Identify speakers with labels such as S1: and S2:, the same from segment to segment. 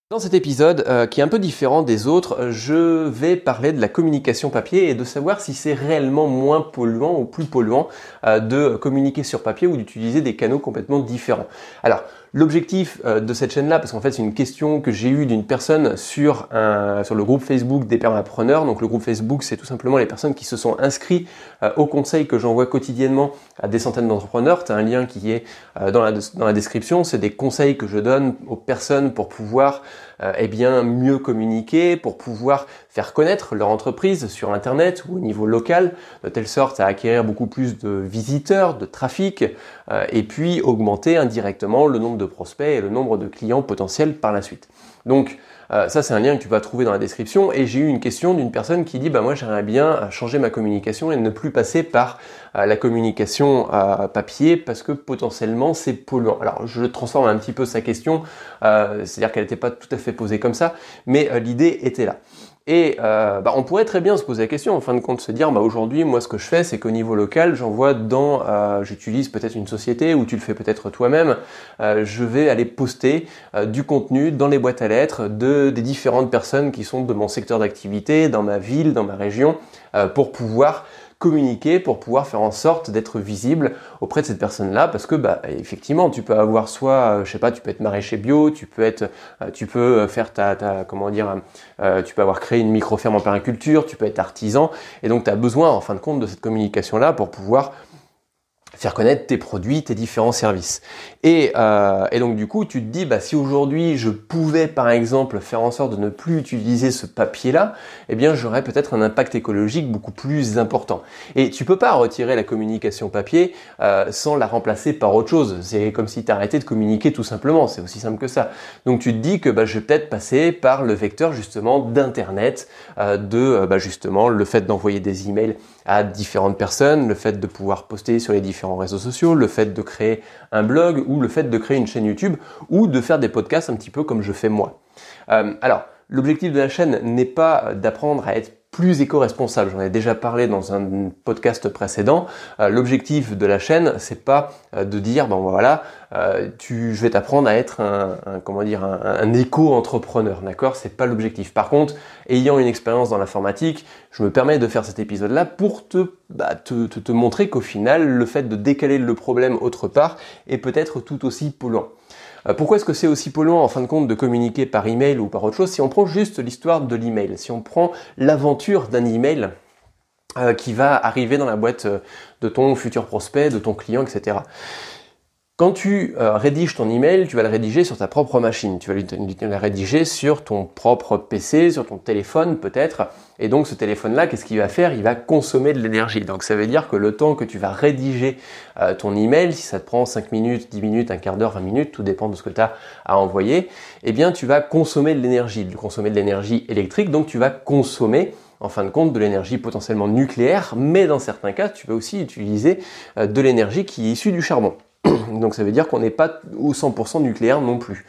S1: Dans cet épisode, qui est un peu différent des autres, je vais parler de la communication papier et de savoir si c'est réellement moins polluant ou plus polluant de communiquer sur papier ou d'utiliser des canaux complètement différents. Alors, l'objectif de cette chaîne-là, parce qu'en fait c'est une question que j'ai eue d'une personne sur le groupe Facebook des permapreneurs. Donc le groupe Facebook, c'est tout simplement les personnes qui se sont inscrits au conseil que j'envoie quotidiennement à des centaines d'entrepreneurs. Tu as un lien qui est dans la description. C'est des conseils que je donne aux personnes pour pouvoir mieux communiquer, pour pouvoir faire connaître leur entreprise sur Internet ou au niveau local, de telle sorte à acquérir beaucoup plus de visiteurs, de trafic, et puis augmenter indirectement le nombre de prospects et le nombre de clients potentiels par la suite. Donc ça c'est un lien que tu vas trouver dans la description, et j'ai eu une question d'une personne qui dit moi j'aimerais bien changer ma communication et ne plus passer par la communication papier parce que potentiellement c'est polluant. Alors je transforme un petit peu sa question, c'est-à-dire qu'elle n'était pas tout à fait posée comme ça, mais l'idée était là. Et on pourrait très bien se poser la question, en fin de compte, se dire aujourd'hui, moi ce que je fais, c'est qu'au niveau local, j'envoie j'utilise peut-être une société, ou tu le fais peut-être toi-même, je vais aller poster du contenu dans les boîtes à lettres des différentes personnes qui sont de mon secteur d'activité, dans ma ville, dans ma région, pour pouvoir communiquer, pour pouvoir faire en sorte d'être visible auprès de cette personne-là, parce que effectivement tu peux avoir soit tu peux être maraîcher bio, tu peux faire tu peux avoir créé une micro-ferme en permaculture, tu peux être artisan, et donc tu as besoin en fin de compte de cette communication-là pour pouvoir faire connaître tes produits, tes différents services. Et donc du coup, tu te dis, si aujourd'hui je pouvais par exemple faire en sorte de ne plus utiliser ce papier-là, j'aurais peut-être un impact écologique beaucoup plus important. Et tu peux pas retirer la communication papier sans la remplacer par autre chose. C'est comme si tu arrêtais de communiquer tout simplement, c'est aussi simple que ça. Donc tu te dis que je vais peut-être passer par le vecteur justement d'internet, justement le fait d'envoyer des emails à différentes personnes, le fait de pouvoir poster sur les différents réseaux sociaux, le fait de créer un blog ou le fait de créer une chaîne YouTube ou de faire des podcasts un petit peu comme je fais moi. Alors, l'objectif de la chaîne n'est pas d'apprendre à être plus éco-responsable. J'en ai déjà parlé dans un podcast précédent. L'objectif de la chaîne, c'est pas de dire je vais t'apprendre à être un éco-entrepreneur, d'accord ? C'est pas l'objectif. Par contre, ayant une expérience dans l'informatique, je me permets de faire cet épisode-là pour te montrer qu'au final, le fait de décaler le problème autre part est peut-être tout aussi polluant. Pourquoi est-ce que c'est aussi polluant en fin de compte de communiquer par email ou par autre chose ? Si on prend juste l'histoire de l'email, si on prend l'aventure d'un email qui va arriver dans la boîte de ton futur prospect, de ton client, etc. Quand tu rédiges ton email, tu vas le rédiger sur ta propre machine, tu vas le rédiger sur ton propre PC, sur ton téléphone peut-être, et donc ce téléphone-là, qu'est-ce qu'il va faire ? Il va consommer de l'énergie. Donc ça veut dire que le temps que tu vas rédiger ton email, si ça te prend 5 minutes, 10 minutes, un quart d'heure, 20 minutes, tout dépend de ce que tu as à envoyer, tu vas consommer de l'énergie électrique, donc tu vas consommer en fin de compte de l'énergie potentiellement nucléaire, mais dans certains cas, tu vas aussi utiliser de l'énergie qui est issue du charbon. Donc ça veut dire qu'on n'est pas au 100% nucléaire non plus.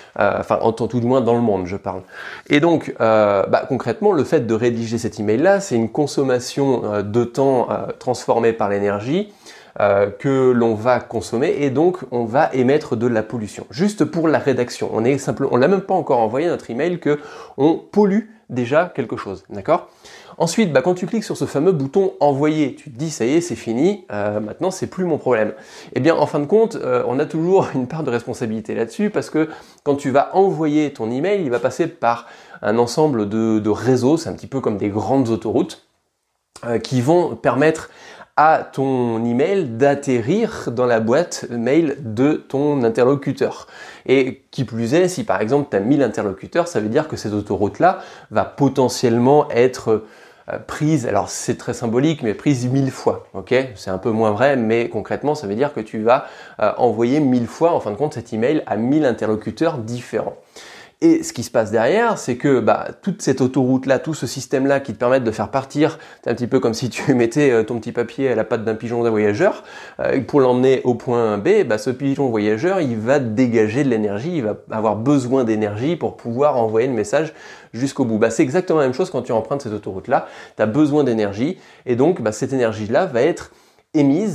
S1: Tout du moins dans le monde, je parle. Et donc, concrètement, le fait de rédiger cet email-là, c'est une consommation de temps transformée par l'énergie que l'on va consommer, et donc on va émettre de la pollution. Juste pour la rédaction, on l'a même pas encore envoyé notre email que on pollue déjà quelque chose, d'accord ? Ensuite, quand tu cliques sur ce fameux bouton envoyer, tu te dis ça y est, c'est fini, maintenant c'est plus mon problème. En fin de compte, on a toujours une part de responsabilité là-dessus, parce que quand tu vas envoyer ton email, il va passer par un ensemble de réseaux, c'est un petit peu comme des grandes autoroutes, qui vont permettre à ton email d'atterrir dans la boîte mail de ton interlocuteur. Et qui plus est, si par exemple tu as 1000 interlocuteurs, ça veut dire que cette autoroute-là va potentiellement être prise, alors c'est très symbolique, mais prise 1000 fois, ok ? C'est un peu moins vrai, mais concrètement, ça veut dire que tu vas envoyer 1000 fois, en fin de compte, cet email à 1000 interlocuteurs différents. Et ce qui se passe derrière, c'est que toute cette autoroute-là, tout ce système-là qui te permettent de faire partir, c'est un petit peu comme si tu mettais ton petit papier à la patte d'un pigeon voyageur, pour l'emmener au point B, ce pigeon voyageur, il va dégager de l'énergie, il va avoir besoin d'énergie pour pouvoir envoyer le message jusqu'au bout. C'est exactement la même chose quand tu empruntes cette autoroute-là, tu as besoin d'énergie, et donc cette énergie-là va être émise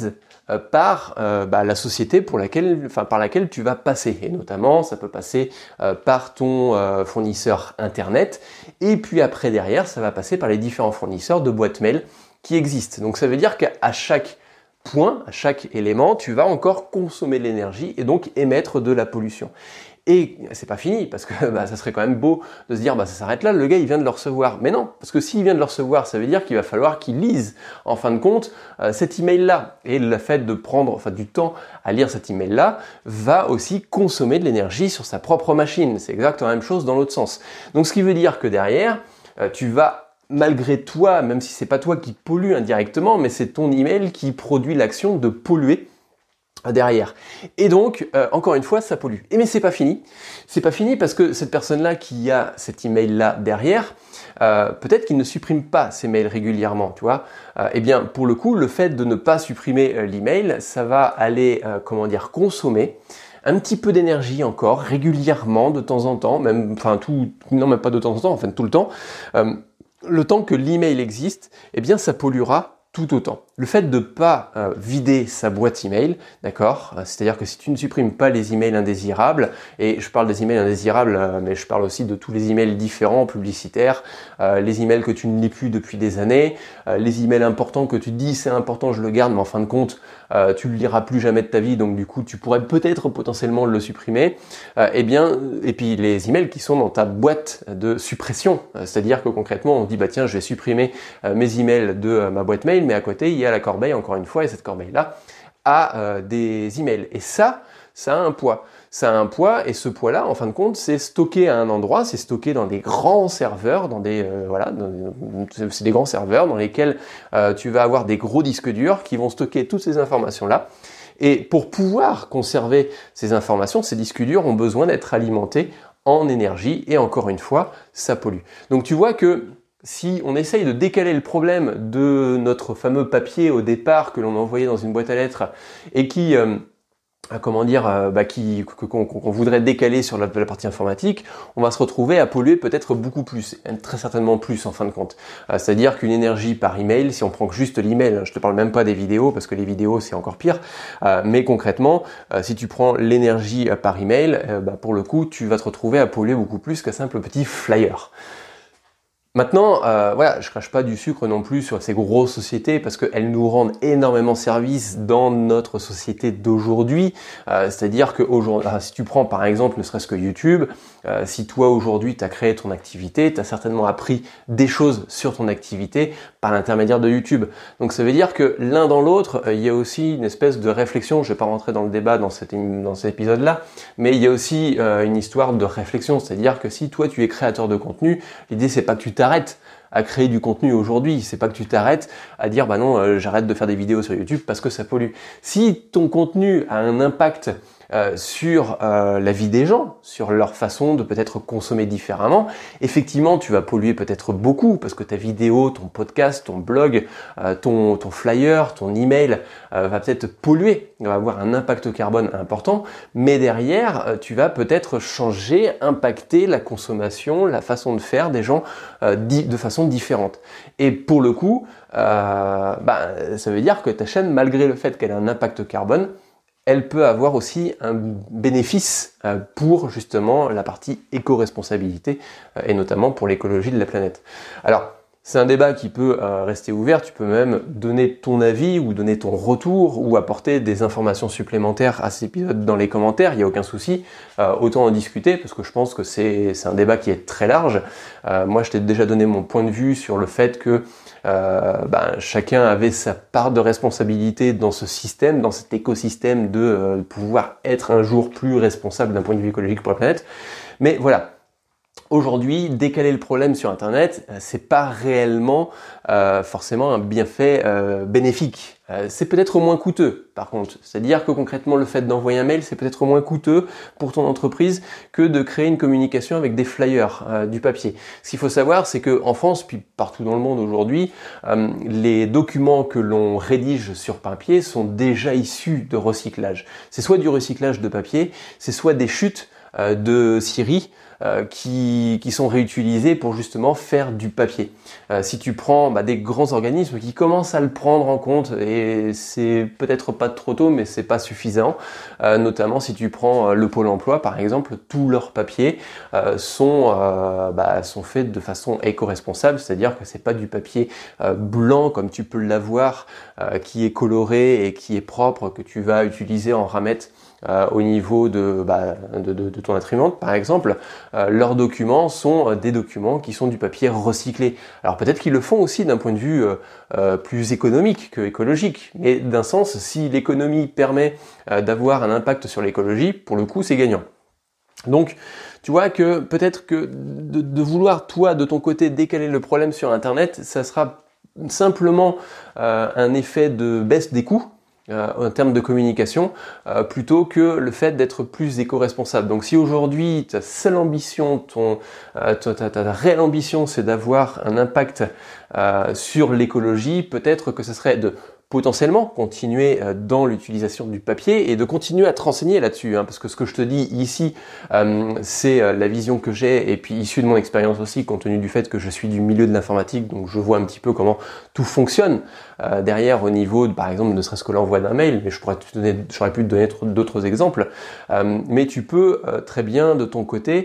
S1: par la société par laquelle tu vas passer. Et notamment, ça peut passer par ton fournisseur Internet. Et puis après, derrière, ça va passer par les différents fournisseurs de boîtes mail qui existent. Donc ça veut dire qu'à chaque point, à chaque élément, tu vas encore consommer de l'énergie et donc émettre de la pollution. Et c'est pas fini, parce que ça serait quand même beau de se dire ça s'arrête là, le gars il vient de le recevoir. Mais non, parce que s'il vient de le recevoir, ça veut dire qu'il va falloir qu'il lise en fin de compte cet email-là. Et le fait de prendre du temps à lire cet email-là va aussi consommer de l'énergie sur sa propre machine. C'est exactement la même chose dans l'autre sens. Donc ce qui veut dire que derrière, tu vas malgré toi, même si c'est pas toi qui pollue indirectement, mais c'est ton email qui produit l'action de polluer derrière. Et donc, encore une fois, ça pollue. Mais c'est pas fini. C'est pas fini parce que cette personne-là qui a cet email-là derrière, peut-être qu'il ne supprime pas ses mails régulièrement, tu vois. Eh bien, pour le coup, le fait de ne pas supprimer l'email, ça va aller, consommer un petit peu d'énergie encore, régulièrement, de temps en temps, même pas de temps en temps, tout le temps. Le temps que l'email existe, eh bien ça polluera tout autant. Le fait de pas vider sa boîte email, d'accord, c'est-à-dire que si tu ne supprimes pas les emails indésirables, et je parle des emails indésirables, mais je parle aussi de tous les emails différents, publicitaires, les emails que tu ne lis plus depuis des années, les emails importants que tu te dis c'est important, je le garde, mais en fin de compte, tu le liras plus jamais de ta vie, donc du coup tu pourrais peut-être potentiellement le supprimer, et puis les emails qui sont dans ta boîte de suppression, c'est-à-dire que concrètement on dit je vais supprimer mes emails de ma boîte mail, mais à côté il y a la corbeille encore une fois, et cette corbeille-là a des emails. Et ça a un poids. Ça a un poids, et ce poids-là, en fin de compte, c'est stocké à un endroit, c'est stocké dans des grands serveurs, c'est des grands serveurs dans lesquels tu vas avoir des gros disques durs qui vont stocker toutes ces informations-là. Et pour pouvoir conserver ces informations, ces disques durs ont besoin d'être alimentés en énergie, et encore une fois, ça pollue. Donc tu vois que si on essaye de décaler le problème de notre fameux papier au départ que l'on envoyait dans une boîte à lettres et qu'on voudrait décaler sur la partie informatique, on va se retrouver à polluer peut-être beaucoup plus, très certainement plus en fin de compte. C'est-à-dire qu'une énergie par email, si on prend juste l'email, je te parle même pas des vidéos parce que les vidéos c'est encore pire, mais concrètement, si tu prends l'énergie par email, pour le coup, tu vas te retrouver à polluer beaucoup plus qu'un simple petit flyer. Maintenant, je crache pas du sucre non plus sur ces grosses sociétés parce qu'elles nous rendent énormément service dans notre société d'aujourd'hui. C'est-à-dire que aujourd'hui, si tu prends par exemple ne serait-ce que YouTube, si toi aujourd'hui tu as créé ton activité, tu as certainement appris des choses sur ton activité par l'intermédiaire de YouTube. Donc ça veut dire que l'un dans l'autre, il y a aussi une espèce de réflexion. Je vais pas rentrer dans le débat dans cet épisode-là, mais il y a aussi une histoire de réflexion. C'est-à-dire que si toi tu es créateur de contenu, l'idée c'est pas que tu t'arrêtes à créer du contenu aujourd'hui, c'est pas que tu t'arrêtes à dire j'arrête de faire des vidéos sur YouTube parce que ça pollue. Si ton contenu a un impact sur la vie des gens, sur leur façon de peut-être consommer différemment, effectivement tu vas polluer peut-être beaucoup parce que ta vidéo, ton podcast, ton blog, ton flyer, ton email va peut-être polluer, va avoir un impact carbone important, mais derrière tu vas peut-être changer, impacter la consommation, la façon de faire des gens de façon différente. Et pour le coup, ça veut dire que ta chaîne, malgré le fait qu'elle ait un impact carbone, elle peut avoir aussi un bénéfice pour justement la partie éco-responsabilité et notamment pour l'écologie de la planète. Alors, c'est un débat qui peut rester ouvert, tu peux même donner ton avis ou donner ton retour ou apporter des informations supplémentaires à cet épisode dans les commentaires, il n'y a aucun souci, autant en discuter parce que je pense que c'est un débat qui est très large. Moi je t'ai déjà donné mon point de vue sur le fait que chacun avait sa part de responsabilité dans ce système, dans cet écosystème de pouvoir être un jour plus responsable d'un point de vue écologique pour la planète. Mais voilà, aujourd'hui, décaler le problème sur Internet, c'est pas réellement forcément un bienfait bénéfique. C'est peut-être moins coûteux, par contre. C'est-à-dire que concrètement, le fait d'envoyer un mail, c'est peut-être moins coûteux pour ton entreprise que de créer une communication avec des flyers, du papier. Ce qu'il faut savoir, c'est que en France, puis partout dans le monde aujourd'hui, les documents que l'on rédige sur papier sont déjà issus de recyclage. C'est soit du recyclage de papier, c'est soit des chutes de scierie, qui sont réutilisés pour justement faire du papier. Si tu prends des grands organismes qui commencent à le prendre en compte, et c'est peut-être pas trop tôt, mais c'est pas suffisant, notamment si tu prends le Pôle emploi par exemple, tous leurs papiers sont faits de façon éco-responsable, c'est-à-dire que c'est pas du papier blanc comme tu peux l'avoir, qui est coloré et qui est propre, que tu vas utiliser en ramette au niveau de ton imprimante par exemple. Leurs documents sont des documents qui sont du papier recyclé. Alors peut-être qu'ils le font aussi d'un point de vue plus économique que écologique, mais d'un sens, si l'économie permet d'avoir un impact sur l'écologie, pour le coup c'est gagnant. Donc tu vois que peut-être que de vouloir toi de ton côté décaler le problème sur Internet, ça sera simplement un effet de baisse des coûts en termes de communication, plutôt que le fait d'être plus éco-responsable. Donc si aujourd'hui ta seule ambition, ta réelle ambition, c'est d'avoir un impact sur l'écologie, peut-être que ce serait de potentiellement continuer dans l'utilisation du papier et de continuer à te renseigner là-dessus, parce que ce que je te dis ici, c'est la vision que j'ai et puis issue de mon expérience aussi, compte tenu du fait que je suis du milieu de l'informatique, donc je vois un petit peu comment tout fonctionne derrière au niveau, par exemple, ne serait-ce que l'envoi d'un mail, mais j'aurais pu te donner d'autres exemples, mais tu peux très bien de ton côté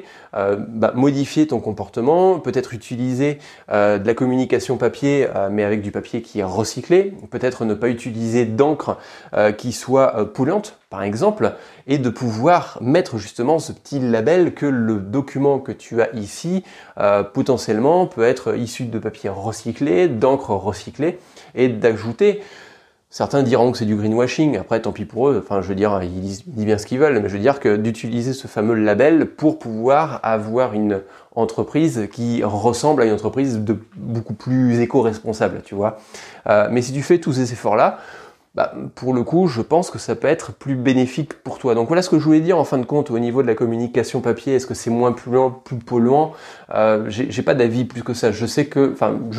S1: modifier ton comportement, peut-être utiliser de la communication papier, mais avec du papier qui est recyclé, peut-être ne pas utiliser d'encre qui soit polluante, par exemple, et de pouvoir mettre justement ce petit label que le document que tu as ici potentiellement peut être issu de papier recyclé, d'encre recyclée, et d'ajouter. Certains diront que c'est du greenwashing, après tant pis pour eux, je veux dire, ils disent bien ce qu'ils veulent, mais je veux dire que d'utiliser ce fameux label pour pouvoir avoir une entreprise qui ressemble à une entreprise de beaucoup plus éco-responsable, tu vois. Mais si tu fais tous ces efforts-là, pour le coup, je pense que ça peut être plus bénéfique pour toi. Donc voilà ce que je voulais dire en fin de compte au niveau de la communication papier. Est-ce que c'est moins polluant, plus polluant ? J'ai pas d'avis plus que ça. Je sais que,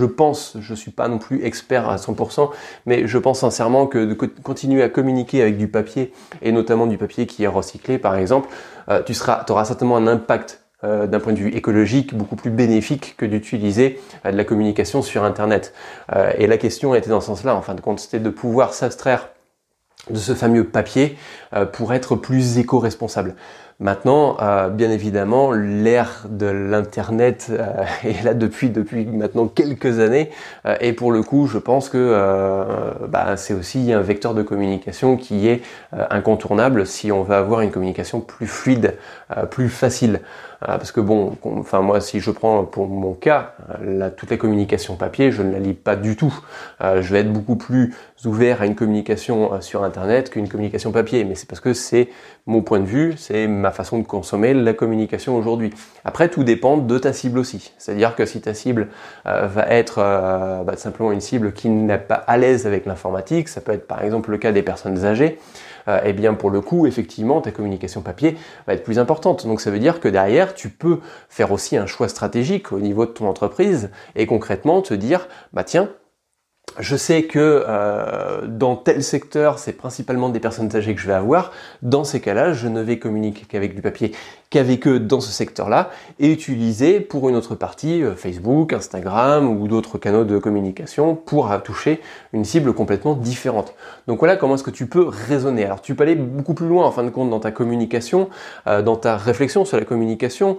S1: je suis pas non plus expert à 100%, mais je pense sincèrement que de continuer à communiquer avec du papier, et notamment du papier qui est recyclé par exemple, tu auras certainement un impact d'un point de vue écologique beaucoup plus bénéfique que d'utiliser de la communication sur Internet. Et la question était dans ce sens-là, en fin de compte, c'était de pouvoir s'abstraire de ce fameux papier pour être plus éco-responsable. Maintenant, bien évidemment, l'ère de l'Internet est là depuis maintenant quelques années, et pour le coup, je pense que c'est aussi un vecteur de communication qui est incontournable si on veut avoir une communication plus fluide, plus facile. Parce que moi, si je prends pour mon cas, toute la communication papier, je ne la lis pas du tout. Je vais être beaucoup plus ouvert à une communication sur Internet qu'une communication papier, mais c'est parce que c'est mon point de vue, c'est ma façon de consommer la communication aujourd'hui. Après, tout dépend de ta cible aussi. C'est-à-dire que si ta cible va être simplement une cible qui n'est pas à l'aise avec l'informatique, ça peut être par exemple le cas des personnes âgées, eh bien pour le coup, effectivement, ta communication papier va être plus importante. Donc ça veut dire que derrière, tu peux faire aussi un choix stratégique au niveau de ton entreprise et concrètement te dire, tiens, je sais que dans tel secteur, c'est principalement des personnes âgées que je vais avoir. Dans ces cas-là, je ne vais communiquer qu'avec du papier, qu'avec eux dans ce secteur-là, et utiliser pour une autre partie Facebook, Instagram ou d'autres canaux de communication pour toucher une cible complètement différente. Donc voilà comment est-ce que tu peux raisonner. Alors tu peux aller beaucoup plus loin en fin de compte dans ta communication, dans ta réflexion sur la communication,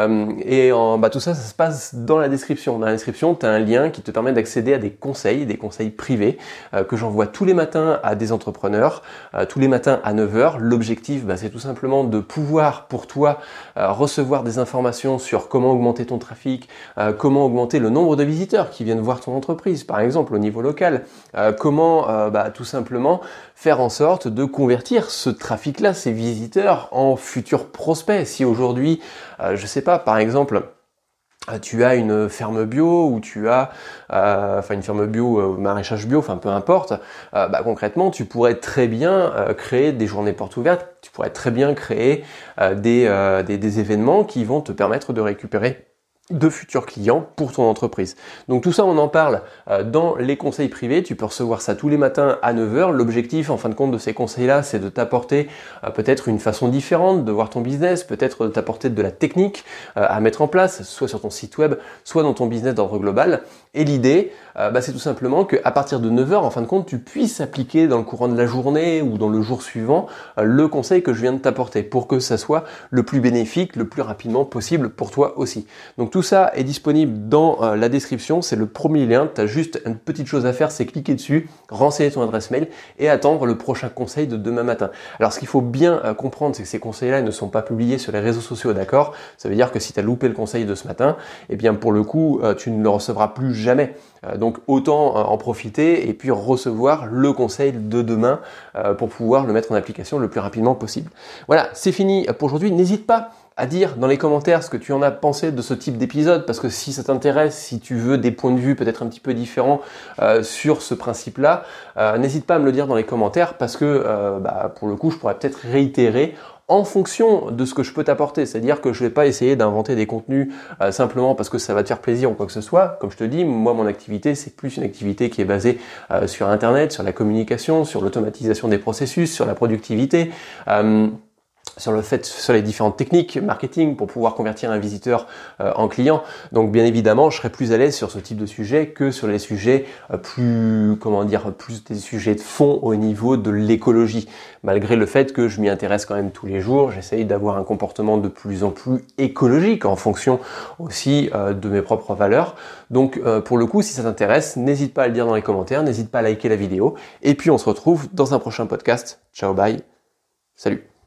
S1: et tout ça, ça se passe dans la description. Dans la description, tu as un lien qui te permet d'accéder à des conseils privés que j'envoie tous les matins à des entrepreneurs, tous les matins à 9h. L'objectif, c'est tout simplement de pouvoir pour toi recevoir des informations sur comment augmenter ton trafic, comment augmenter le nombre de visiteurs qui viennent voir ton entreprise, par exemple au niveau local, comment tout simplement faire en sorte de convertir ce trafic-là, ces visiteurs, en futurs prospects. Si aujourd'hui, je sais pas, par exemple, tu as une ferme bio ou tu as une ferme bio, maraîchage bio, peu importe, concrètement tu pourrais très bien créer des journées portes ouvertes, tu pourrais très bien créer des événements qui vont te permettre de récupérer de futurs clients pour ton entreprise. Donc tout ça, on en parle dans les conseils privés. Tu peux recevoir ça tous les matins à 9h. L'objectif, en fin de compte, de ces conseils-là, c'est de t'apporter peut-être une façon différente de voir ton business, peut-être de t'apporter de la technique à mettre en place, soit sur ton site web, soit dans ton business d'ordre global. Et l'idée, c'est tout simplement qu'à partir de 9h, en fin de compte, tu puisses appliquer dans le courant de la journée ou dans le jour suivant le conseil que je viens de t'apporter pour que ça soit le plus bénéfique, le plus rapidement possible pour toi aussi. Donc tout ça est disponible dans la description, c'est le premier lien. Tu as juste une petite chose à faire, c'est cliquer dessus, renseigner ton adresse mail et attendre le prochain conseil de demain matin. Alors ce qu'il faut bien comprendre, c'est que ces conseils-là ne sont pas publiés sur les réseaux sociaux, d'accord ? Ça veut dire que si tu as loupé le conseil de ce matin, eh bien pour le coup, tu ne le recevras plus jamais. Donc autant en profiter et puis recevoir le conseil de demain pour pouvoir le mettre en application le plus rapidement possible. Voilà, c'est fini pour aujourd'hui. N'hésite pas à dire dans les commentaires ce que tu en as pensé de ce type d'épisode, parce que si ça t'intéresse, si tu veux des points de vue peut-être un petit peu différents sur ce principe-là, n'hésite pas à me le dire dans les commentaires, parce que pour le coup, je pourrais peut-être réitérer en fonction de ce que je peux t'apporter. C'est-à-dire que je vais pas essayer d'inventer des contenus simplement parce que ça va te faire plaisir ou quoi que ce soit. Comme je te dis, moi, mon activité, c'est plus une activité qui est basée sur Internet, sur la communication, sur l'automatisation des processus, sur la productivité, sur les différentes techniques marketing pour pouvoir convertir un visiteur en client. Donc bien évidemment, je serai plus à l'aise sur ce type de sujet que sur les sujets plus des sujets de fond au niveau de l'écologie. Malgré le fait que je m'y intéresse quand même tous les jours, j'essaye d'avoir un comportement de plus en plus écologique en fonction aussi de mes propres valeurs. Donc pour le coup, si ça t'intéresse, n'hésite pas à le dire dans les commentaires, n'hésite pas à liker la vidéo et puis on se retrouve dans un prochain podcast. Ciao, bye. Salut.